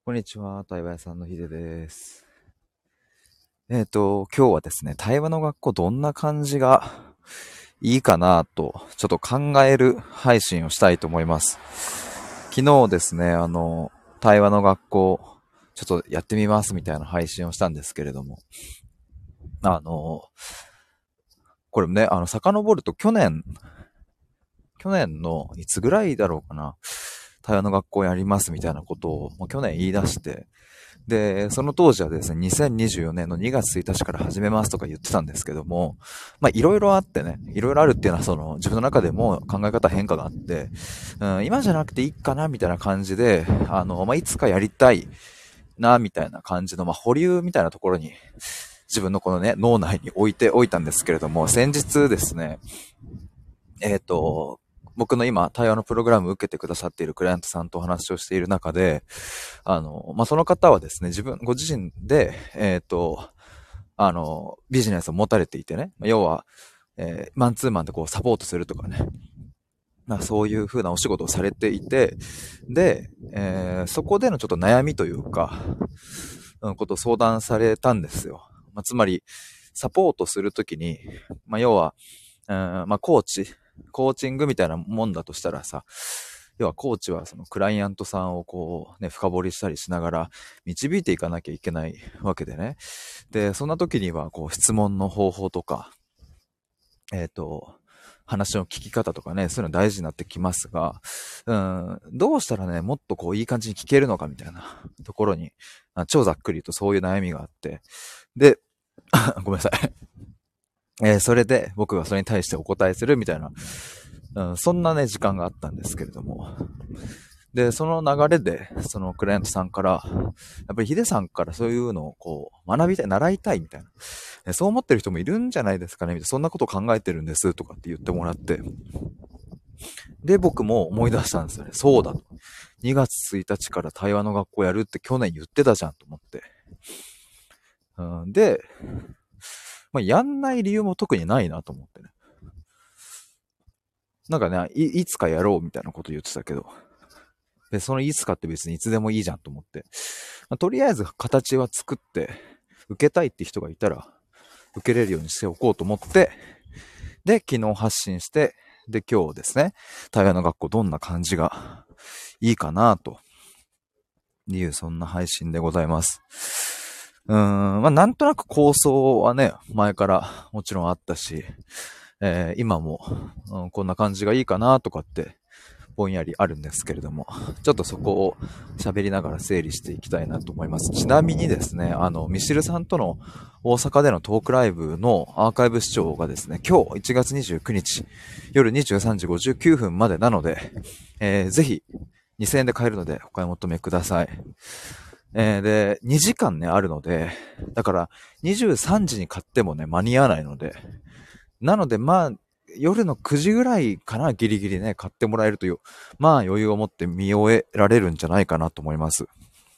こんにちは、対話屋さんのひでです。今日はですね、対話の学校どんな感じがいいかなと、ちょっと考える配信をしたいと思います。昨日ですね、対話の学校、ちょっとやってみますみたいな配信をしたんですけれども、あの、これね、遡ると去年のいつぐらいだろうかな、対話の学校やりますみたいなことを、もう去年言い出して、で、その当時はですね、2024年の2月1日から始めますとか言ってたんですけども、まあいろいろあってね、いろいろあるっていうのはその自分の中でも考え方変化があって、今じゃなくていいかなみたいな感じで、まあいつかやりたいなみたいな感じの、まあ保留みたいなところに自分のこのね、脳内に置いておいたんですけれども、先日ですね、えっ、と、僕の今、対話のプログラムを受けてくださっているクライアントさんとお話をしている中で、まあ、その方はですね、ご自身で、ビジネスを持たれていてね、要は、マンツーマンでこうサポートするとかね、まあ、そういう風なお仕事をされていて、で、そこでのちょっと悩みというか、ことを相談されたんですよ。まあ、つまり、サポートするときに、まあ、要は、まあ、コーチングみたいなもんだとしたらさ、要はコーチはそのクライアントさんをこうね、深掘りしたりしながら導いていかなきゃいけないわけでね。で、そんな時にはこう質問の方法とか、えっ、と、話の聞き方とかね、そういうの大事になってきますが、どうしたらね、もっとこういい感じに聞けるのかみたいなところに、超ざっくりとそういう悩みがあって、で、ごめんなさい。それで僕がそれに対してお答えするみたいな、そんなね、時間があったんですけれども。で、その流れで、そのクライアントさんから、やっぱりヒデさんからそういうのをこう、学びたい、習いたいみたいな。そう思ってる人もいるんじゃないですかねみたいな。そんなこと考えてるんですとかって言ってもらって。で、僕も思い出したんですよね。そうだと。2月1日から対話の学校やるって去年言ってたじゃんと思って。で、まあ、やんない理由も特にないなと思ってね。なんかね、いつかやろうみたいなこと言ってたけど。で、そのいつかって別にいつでもいいじゃんと思って。まあ、とりあえず形は作って、受けたいって人がいたら、受けれるようにしておこうと思って、で、昨日発信して、で、今日ですね、対話の学校どんな感じがいいかなという、そんな配信でございます。まあ、なんとなく構想はね、前からもちろんあったし、今も、こんな感じがいいかなとかってぼんやりあるんですけれども、ちょっとそこを喋りながら整理していきたいなと思います。ちなみにですね、ミシルさんとの大阪でのトークライブのアーカイブ視聴がですね、今日1月29日夜23時59分までなので、ぜひ2000円で買えるのでお買い求めください。で、2時間ね、あるので、だから23時に買ってもね、間に合わないので、なのでまあ、夜の9時ぐらいかな、ギリギリね、買ってもらえるという、まあ余裕を持って見終えられるんじゃないかなと思います。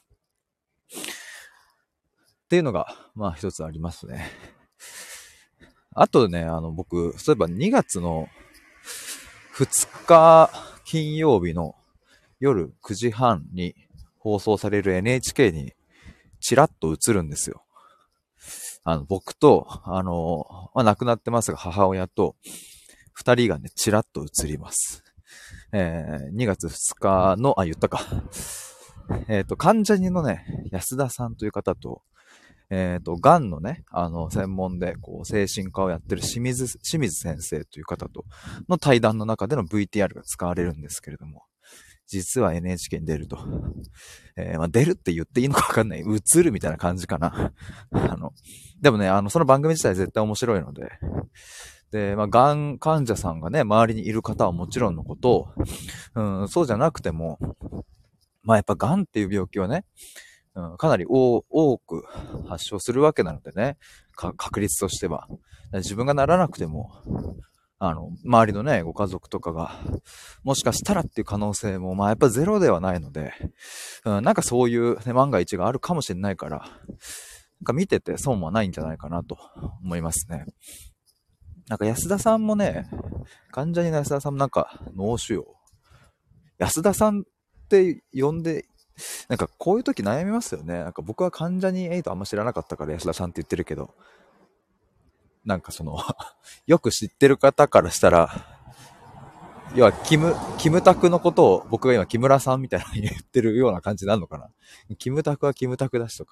っていうのが、まあ一つありますね。あとね、僕、そういえば2月の2日金曜日の夜9時半に放送される NHK にチラッと映るんですよ。僕と、まあ、亡くなってますが母親と二人がね、チラッと映ります。2月2日の、言ったか。患者人のね、安田さんという方と、癌のね、専門で、こう、精神科をやってる清水先生という方との対談の中での VTR が使われるんですけれども、実は NHK に出ると。まあ、出るって言っていいのかわかんない。映るみたいな感じかな。でもね、その番組自体絶対面白いので、で、まあ、癌患者さんがね、周りにいる方はもちろんのこと、そうじゃなくても、まあ、やっぱ癌っていう病気はね、かなり多く発症するわけなのでね、確率としては。自分がならなくても、周りのね、ご家族とかが、もしかしたらっていう可能性も、まあやっぱゼロではないので、なんかそういう、ね、万が一があるかもしれないから、なんか見てて損はないんじゃないかなと思いますね。なんか安田さんもね、患者にの安田さんもなんか脳腫瘍。安田さんって呼んでなんかこういう時悩みますよね。なんか僕は関ジャニエイトあんま知らなかったから安田さんって言ってるけど、なんかそのよく知ってる方からしたら、要はキムタクのことを僕が今木村さんみたいなに言ってるような感じになるのかな。キムタクはキムタクだしとか、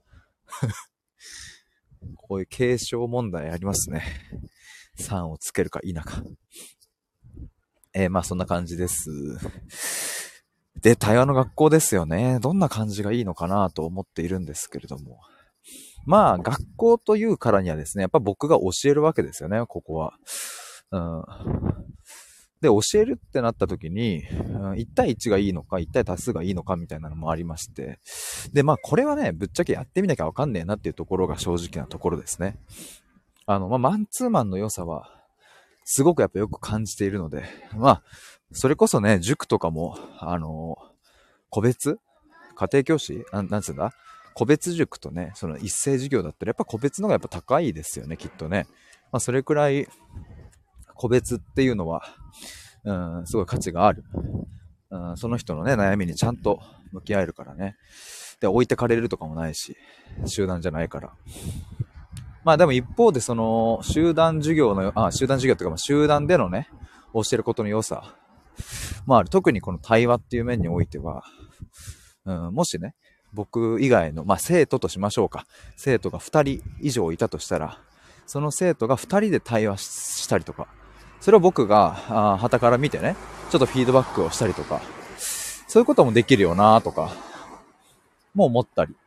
こういう継承問題ありますね。さんをつけるか否か。まあそんな感じです。で、対話の学校ですよね。どんな感じがいいのかなと思っているんですけれども。まあ、学校というからにはですね、やっぱ僕が教えるわけですよね、ここは。うん。で、教えるってなった時に、1対1がいいのか、1対多数がいいのかみたいなのもありまして。で、まあ、これはね、ぶっちゃけやってみなきゃわかんねえなっていうところが正直なところですね。まあ、マンツーマンの良さは、すごくやっぱよく感じているので、まあ、それこそね、塾とかも、個別家庭教師なんつうんだ個別塾とね、その一斉授業だったらやっぱ個別のがやっぱ高いですよね、きっとね。まあそれくらい個別っていうのは、すごい価値がある。その人のね、悩みにちゃんと向き合えるからね。で、置いてかれるとかもないし、集団じゃないから。まあでも一方でその集団授業っていうかまあ集団でのね、教えることの良さ。まあ特にこの対話っていう面においては、もしね、僕以外の、まあ生徒としましょうか。生徒が2人以上いたとしたら、その生徒が2人で対話したりとか、それを僕が、傍から見てね、ちょっとフィードバックをしたりとか、そういうこともできるよなとか、も思ったり。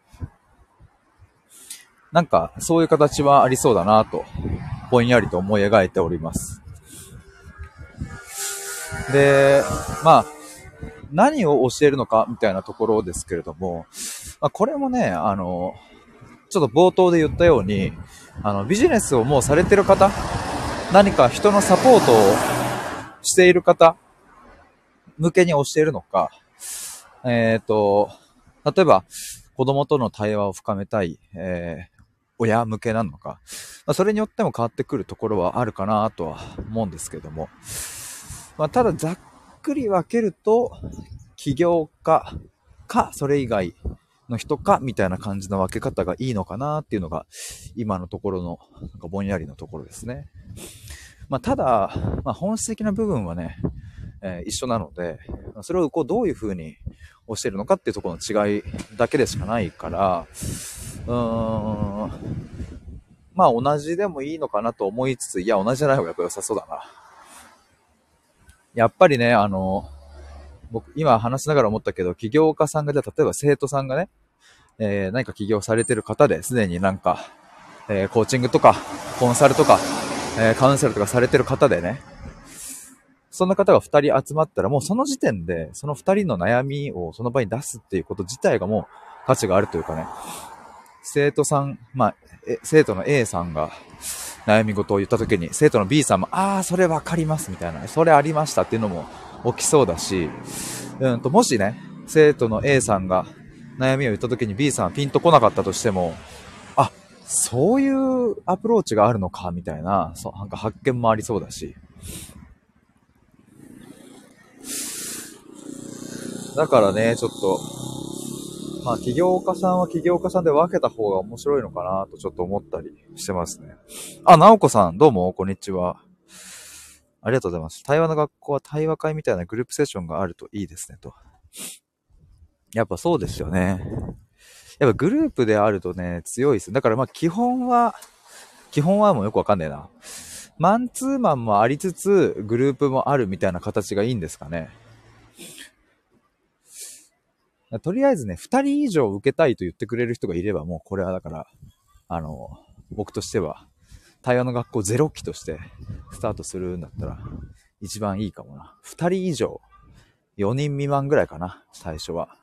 なんか、そういう形はありそうだなと、ぼんやりと思い描いております。で、まあ、何を教えるのかみたいなところですけれども、まあ、これもね、ちょっと冒頭で言ったように、ビジネスをもうされてる方、何か人のサポートをしている方向けに教えるのか、例えば、子供との対話を深めたい、親向けなのか、まあ、それによっても変わってくるところはあるかなとは思うんですけども、まあ、ただざっくり分けると、起業家か、それ以外の人か、みたいな感じの分け方がいいのかなっていうのが、今のところの、なんかぼんやりのところですね。まあ、ただ、まあ、本質的な部分はね、一緒なので、それをこうどういう風に教えるのかっていうところの違いだけでしかないから、まあ同じでもいいのかなと思いつつ、いや同じじゃない方がやっぱ良さそうだな。やっぱりね、僕今話しながら思ったけど、起業家さんが、じゃあ例えば生徒さんがね、何か起業されてる方ですでになんか、コーチングとか、コンサルとか、カウンセラーとかされてる方でね、そんな方が2人集まったら、もうその時点で、その2人の悩みをその場に出すっていうこと自体がもう価値があるというかね、生徒さん、まあ、生徒の A さんが悩み事を言った時に、生徒の B さんも、それわかりますみたいな、それありましたっていうのも起きそうだし、もしね、生徒の A さんが悩みを言った時に B さんはピンとこなかったとしても、あ、そういうアプローチがあるのか、みたいな、そう、なんか発見もありそうだし、だからね、ちょっと、まあ、起業家さんは起業家さんで分けた方が面白いのかなとちょっと思ったりしてますね。直子さん、どうも、こんにちは。ありがとうございます。対話の学校は対話会みたいなグループセッションがあるといいですね、と。やっぱそうですよね。やっぱグループであるとね、強いです。だからまあ基本はもうよくわかんねえな。マンツーマンもありつつ、グループもあるみたいな形がいいんですかね。とりあえずね、二人以上受けたいと言ってくれる人がいれば、もうこれはだから、僕としては、対話の学校ゼロ期としてスタートするんだったら、一番いいかもな。二人以上、4人未満ぐらいかな、最初は。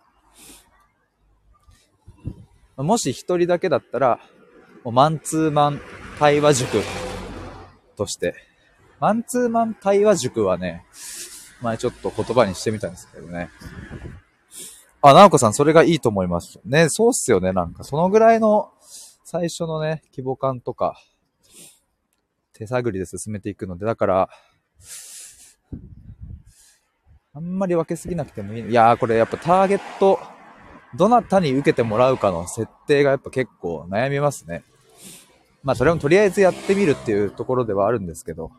もし一人だけだったら、もうマンツーマン対話塾として、マンツーマン対話塾はね、前ちょっと言葉にしてみたんですけどね。直子さん、それがいいと思います。ね、そうっすよね。なんか、そのぐらいの最初のね、規模感とか、手探りで進めていくので、だから、あんまり分けすぎなくてもいい。いやー、これやっぱターゲットどなたに受けてもらうかの設定がやっぱ結構悩みますね。まあそれもとりあえずやってみるっていうところではあるんですけど。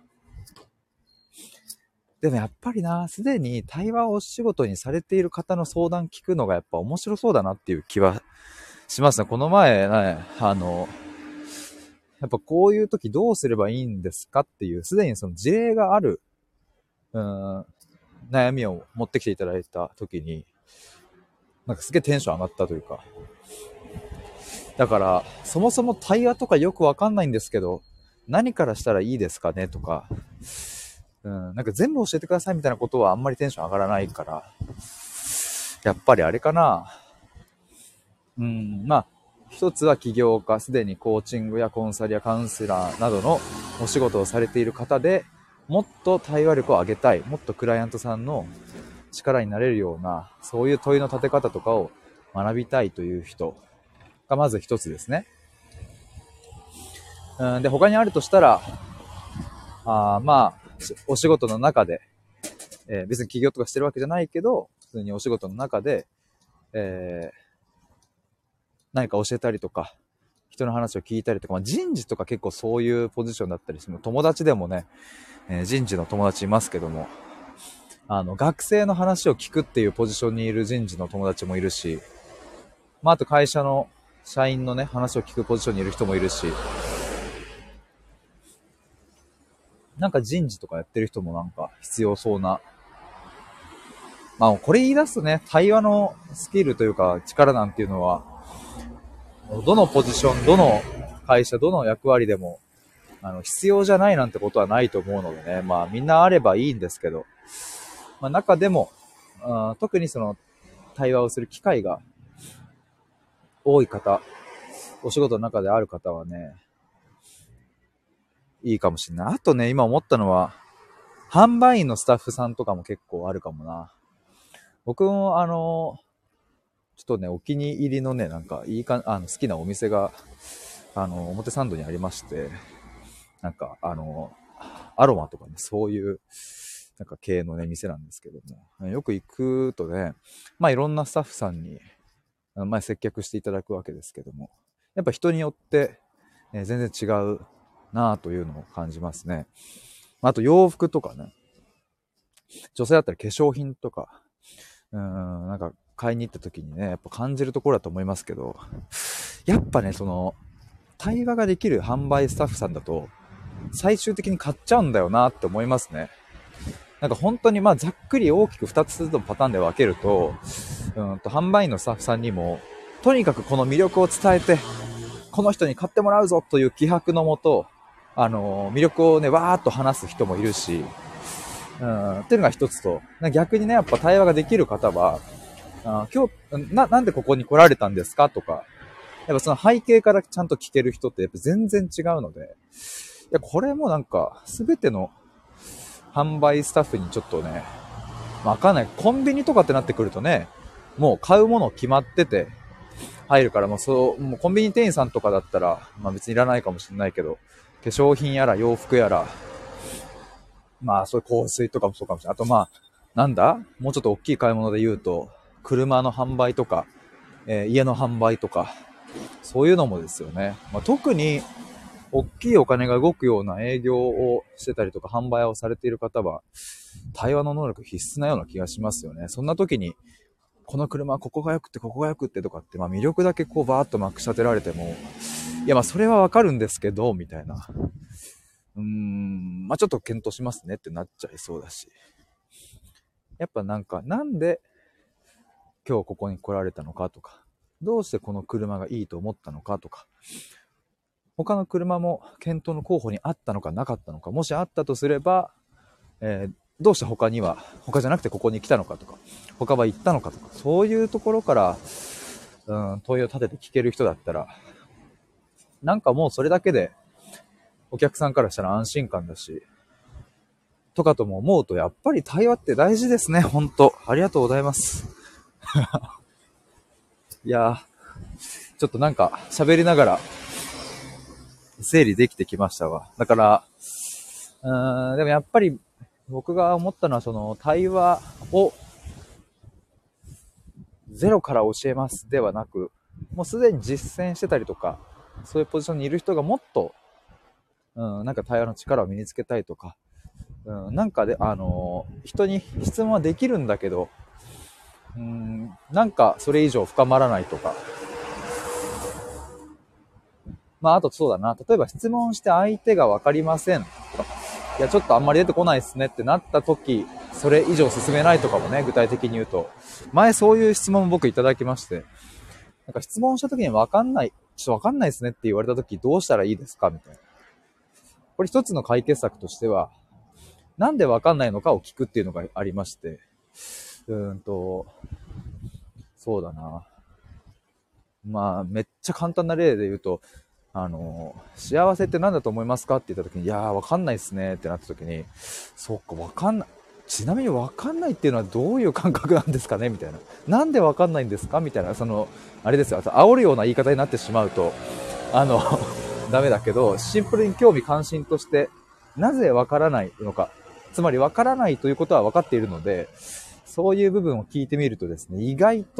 でもやっぱりな、すでに対話をお仕事にされている方の相談聞くのがやっぱ面白そうだなっていう気はしますね。この前ね、やっぱこういう時どうすればいいんですかっていう、すでにその事例がある、悩みを持ってきていただいた時に、なんかすげえテンション上がったというか。だから、そもそも対話とかよくわかんないんですけど、何からしたらいいですかねとか、なんか全部教えてくださいみたいなことはあんまりテンション上がらないから、やっぱりあれかな。まあ、一つは起業家、すでにコーチングやコンサルやカウンセラーなどのお仕事をされている方で、もっと対話力を上げたい、もっとクライアントさんの力になれるような、そういう問いの立て方とかを学びたいという人がまず一つですね。で、他にあるとしたら、まあ、お仕事の中で、別に起業とかしてるわけじゃないけど、普通にお仕事の中で、何か教えたりとか、人の話を聞いたりとか、人事とか結構そういうポジションだったりしても、友達でもね、人事の友達いますけども、学生の話を聞くっていうポジションにいる人事の友達もいるし、あと会社の社員のね、話を聞くポジションにいる人もいるし、なんか人事とかやってる人もなんか必要そうな。これ言い出すとね、対話のスキルというか力なんていうのは、どのポジション、どの会社、どの役割でも、必要じゃないなんてことはないと思うのでね、みんなあればいいんですけど、中でも、特にその、対話をする機会が多い方、お仕事の中である方はね、いいかもしれない。あとね、今思ったのは、販売員のスタッフさんとかも結構あるかもな。僕もちょっとね、お気に入りのね、なんかいいか、好きなお店が、表参道にありまして、なんかアロマとかね、そういう、なんか系のね、店なんですけども、よく行くとね、いろんなスタッフさんに、接客していただくわけですけども、やっぱ人によって、全然違うなぁというのを感じますね。あと洋服とかね、女性だったら化粧品とか、なんか買いに行った時にね、やっぱ感じるところだと思いますけど、やっぱね、その、対話ができる販売スタッフさんだと、最終的に買っちゃうんだよなって思いますね。なんか本当にざっくり大きく2つのパターンで分けると、販売員のスタッフさんにも、とにかくこの魅力を伝えて、この人に買ってもらうぞという気迫のもと、魅力をね、わーっと話す人もいるし、っていうのが一つと、逆にね、やっぱ対話ができる方は、今日、なんでここに来られたんですかとか、やっぱその背景からちゃんと聞ける人ってやっぱ全然違うので、いや、これもなんか、すべての販売スタッフにちょっとね、わかんない。コンビニとかってなってくるとね、もう買うもの決まってて、入るからもうコンビニ店員さんとかだったら、別にいらないかもしれないけど、化粧品やら洋服やら、そういう香水とかもそうかもしれない。あとなんだもうちょっと大きい買い物で言うと、車の販売とか、家の販売とか、そういうのもですよね。特に、大きいお金が動くような営業をしてたりとか、販売をされている方は、対話の能力必須なような気がしますよね。そんな時に、この車ここが良くてここが良くてとかって、魅力だけこうバーッとまくし立てられても、いやそれはわかるんですけど、みたいな。ちょっと検討しますねってなっちゃいそうだし。やっぱなんで今日ここに来られたのかとか、どうしてこの車がいいと思ったのかとか、他の車も検討の候補にあったのかなかったのか、もしあったとすれば、どうして他じゃなくてここに来たのかとか、他は行ったのかとか、そういうところから、問いを立てて聞ける人だったら、なんかもうそれだけで、お客さんからしたら安心感だし、とかとも思うと、やっぱり対話って大事ですね、ほんと。ありがとうございます。いやー、ちょっとなんか喋りながら、整理できてきましたわ。だから、でもやっぱり僕が思ったのはその対話をゼロから教えますではなく、もうすでに実践してたりとか、そういうポジションにいる人がもっと、なんか対話の力を身につけたいとか、なんかで、人に質問はできるんだけど、なんかそれ以上深まらないとか、まああとそうだな、例えば質問して相手がわかりませんとか、いやちょっとあんまり出てこないですねってなった時、それ以上進めないとかもね、具体的に言うと、前そういう質問も僕いただきまして、なんか質問した時にわかんない、ちょっとわかんないですねって言われた時どうしたらいいですかみたいな。これ一つの解決策としては、なんでわかんないのかを聞くっていうのがありまして、そうだな。まあ、めっちゃ簡単な例で言うと、幸せって何だと思いますかって言った時に、いやー、わかんないっすねってなった時に、そっか、わかんない。ちなみにわかんないっていうのはどういう感覚なんですかねみたいな。なんでわかんないんですかみたいな、あれですよ、煽るような言い方になってしまうと、あの、ダメだけど、シンプルに興味関心として、なぜわからないのか。つまりわからないということは分かっているので、そういう部分を聞いてみるとですね、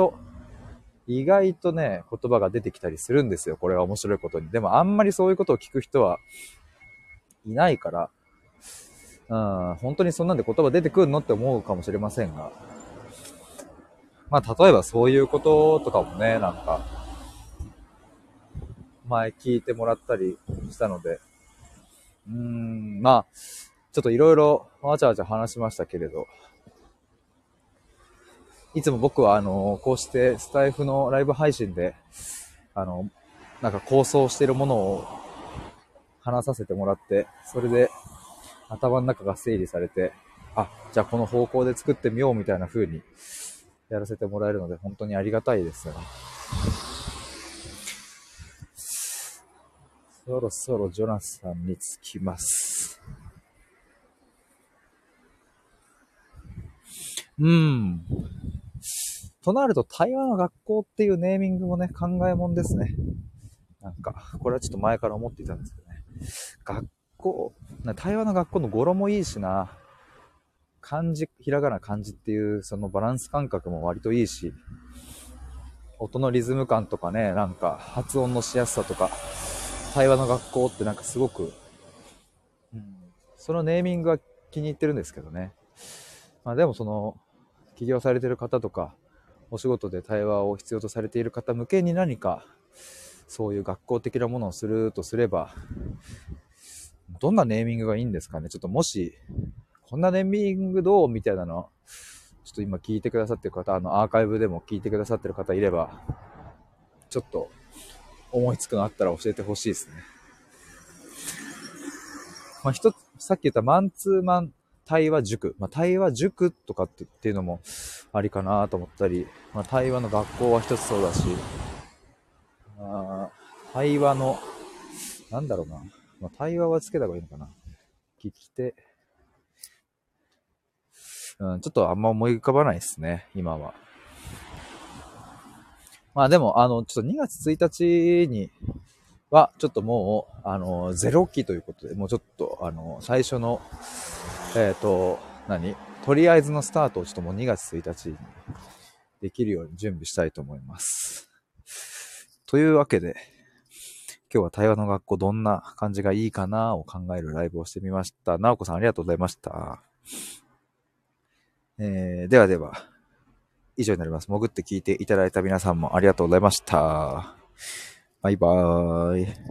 意外とね、言葉が出てきたりするんですよ。これは面白いことに。でもあんまりそういうことを聞く人はいないから、本当にそんなんで言葉出てくるのって思うかもしれませんが、まあ例えばそういうこととかもね、なんか、前聞いてもらったりしたので、まあ、ちょっといろいろわちゃわちゃ話しましたけれど、いつも僕はこうしてスタイフのライブ配信で、あの、なんか構想しているものを話させてもらって、それで頭の中が整理されて、あ、じゃあこの方向で作ってみようみたいな風にやらせてもらえるので本当にありがたいですよね。そろそろジョナサンに着きます。となると台湾の学校っていうネーミングもね、考えもんですね。なんか、これはちょっと前から思っていたんですけどね。学校、台湾の学校の語呂もいいしな。漢字、ひらがな漢字っていうそのバランス感覚も割といいし、音のリズム感とかね、なんか発音のしやすさとか、対話の学校ってなんかすごく、そのネーミングは気に入ってるんですけどね。まあでも起業されてる方とか、お仕事で対話を必要とされている方向けに何か、そういう学校的なものをするとすれば、どんなネーミングがいいんですかね。ちょっともし、こんなネーミングどうみたいなの、ちょっと今聞いてくださってる方、アーカイブでも聞いてくださってる方いれば、ちょっと思いつくのあったら教えてほしいですね。まあ一つ、さっき言ったマンツーマン対話塾。まあ対話塾とかっていうのもありかなと思ったり、まあ対話の学校は一つそうだし、対話の、なんだろうな。まあ対話はつけた方がいいのかな。聞き手。ちょっとあんま思い浮かばないですね、今は。まあでも、ちょっと2月1日には、ちょっともう、ゼロ期ということで、もうちょっと、最初の、えっ、と、とりあえずのスタートをちょっともう2月1日にできるように準備したいと思います。というわけで、今日は対話の学校どんな感じがいいかなを考えるライブをしてみました。なおこさんありがとうございました。ではでは、以上になります。潜って聞いていただいた皆さんもありがとうございました。バイバーイ。